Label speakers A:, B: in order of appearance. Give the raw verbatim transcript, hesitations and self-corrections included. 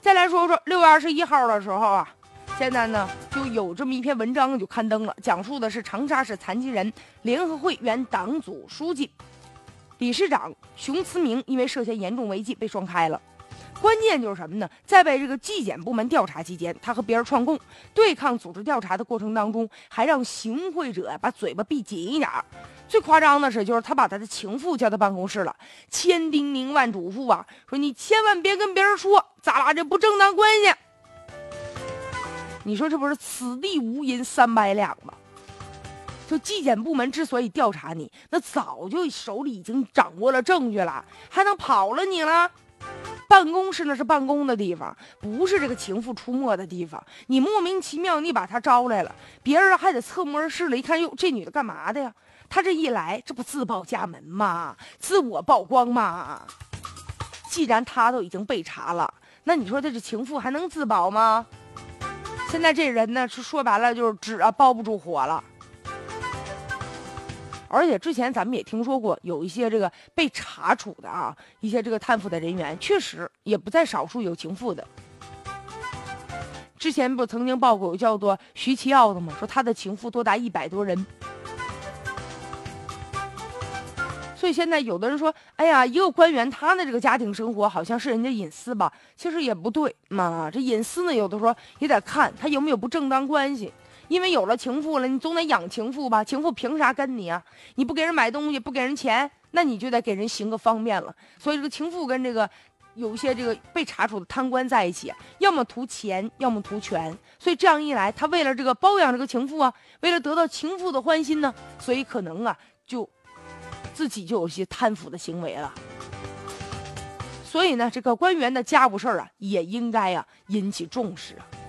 A: 再来说说六月二十一号的时候啊，现在呢就有这么一篇文章就刊登了，讲述的是长沙市残疾人联合会原党组书记、理事长熊慈明因为涉嫌严重违纪被双开了。关键就是什么呢？在被这个纪检部门调查期间，他和别人串供，对抗组织调查的过程当中，还让行贿者把嘴巴闭紧一点。最夸张的是，就是他把他的情妇叫到办公室了，千叮咛万嘱咐啊，说你千万别跟别人说咱俩这不正当关系。你说这不是此地无银三百两吗？就纪检部门之所以调查你，那早就手里已经掌握了证据了，还能跑了你了？办公室那是办公的地方，不是这个情妇出没的地方。你莫名其妙你把她招来了，别人还得侧目而视了，一看哟，这女的干嘛的呀？她这一来，这不自报家门吗？自我曝光吗？既然她都已经被查了，那你说这这情妇还能自保吗？现在这人呢，是说白了就是纸啊包不住火了。而且之前咱们也听说过，有一些这个被查处的啊，一些这个贪腐的人员，确实也不在少数有情妇的。之前不曾经报过有叫做徐其耀的吗？说他的情妇多达一百多人。所以现在有的人说，哎呀，一个官员他的这个家庭生活好像是人家隐私吧？其实也不对嘛，这隐私呢，有的时候也得看他有没有不正当关系。因为有了情妇了，你总得养情妇吧？情妇凭啥跟你啊？你不给人买东西，不给人钱，那你就得给人行个方便了。所以这个情妇跟这个有一些这个被查处的贪官在一起，要么图钱，要么图权。所以这样一来，他为了这个包养这个情妇啊，为了得到情妇的欢心呢，所以可能啊，就自己就有些贪腐的行为了。所以呢，这个官员的家务事儿啊，也应该啊引起重视啊。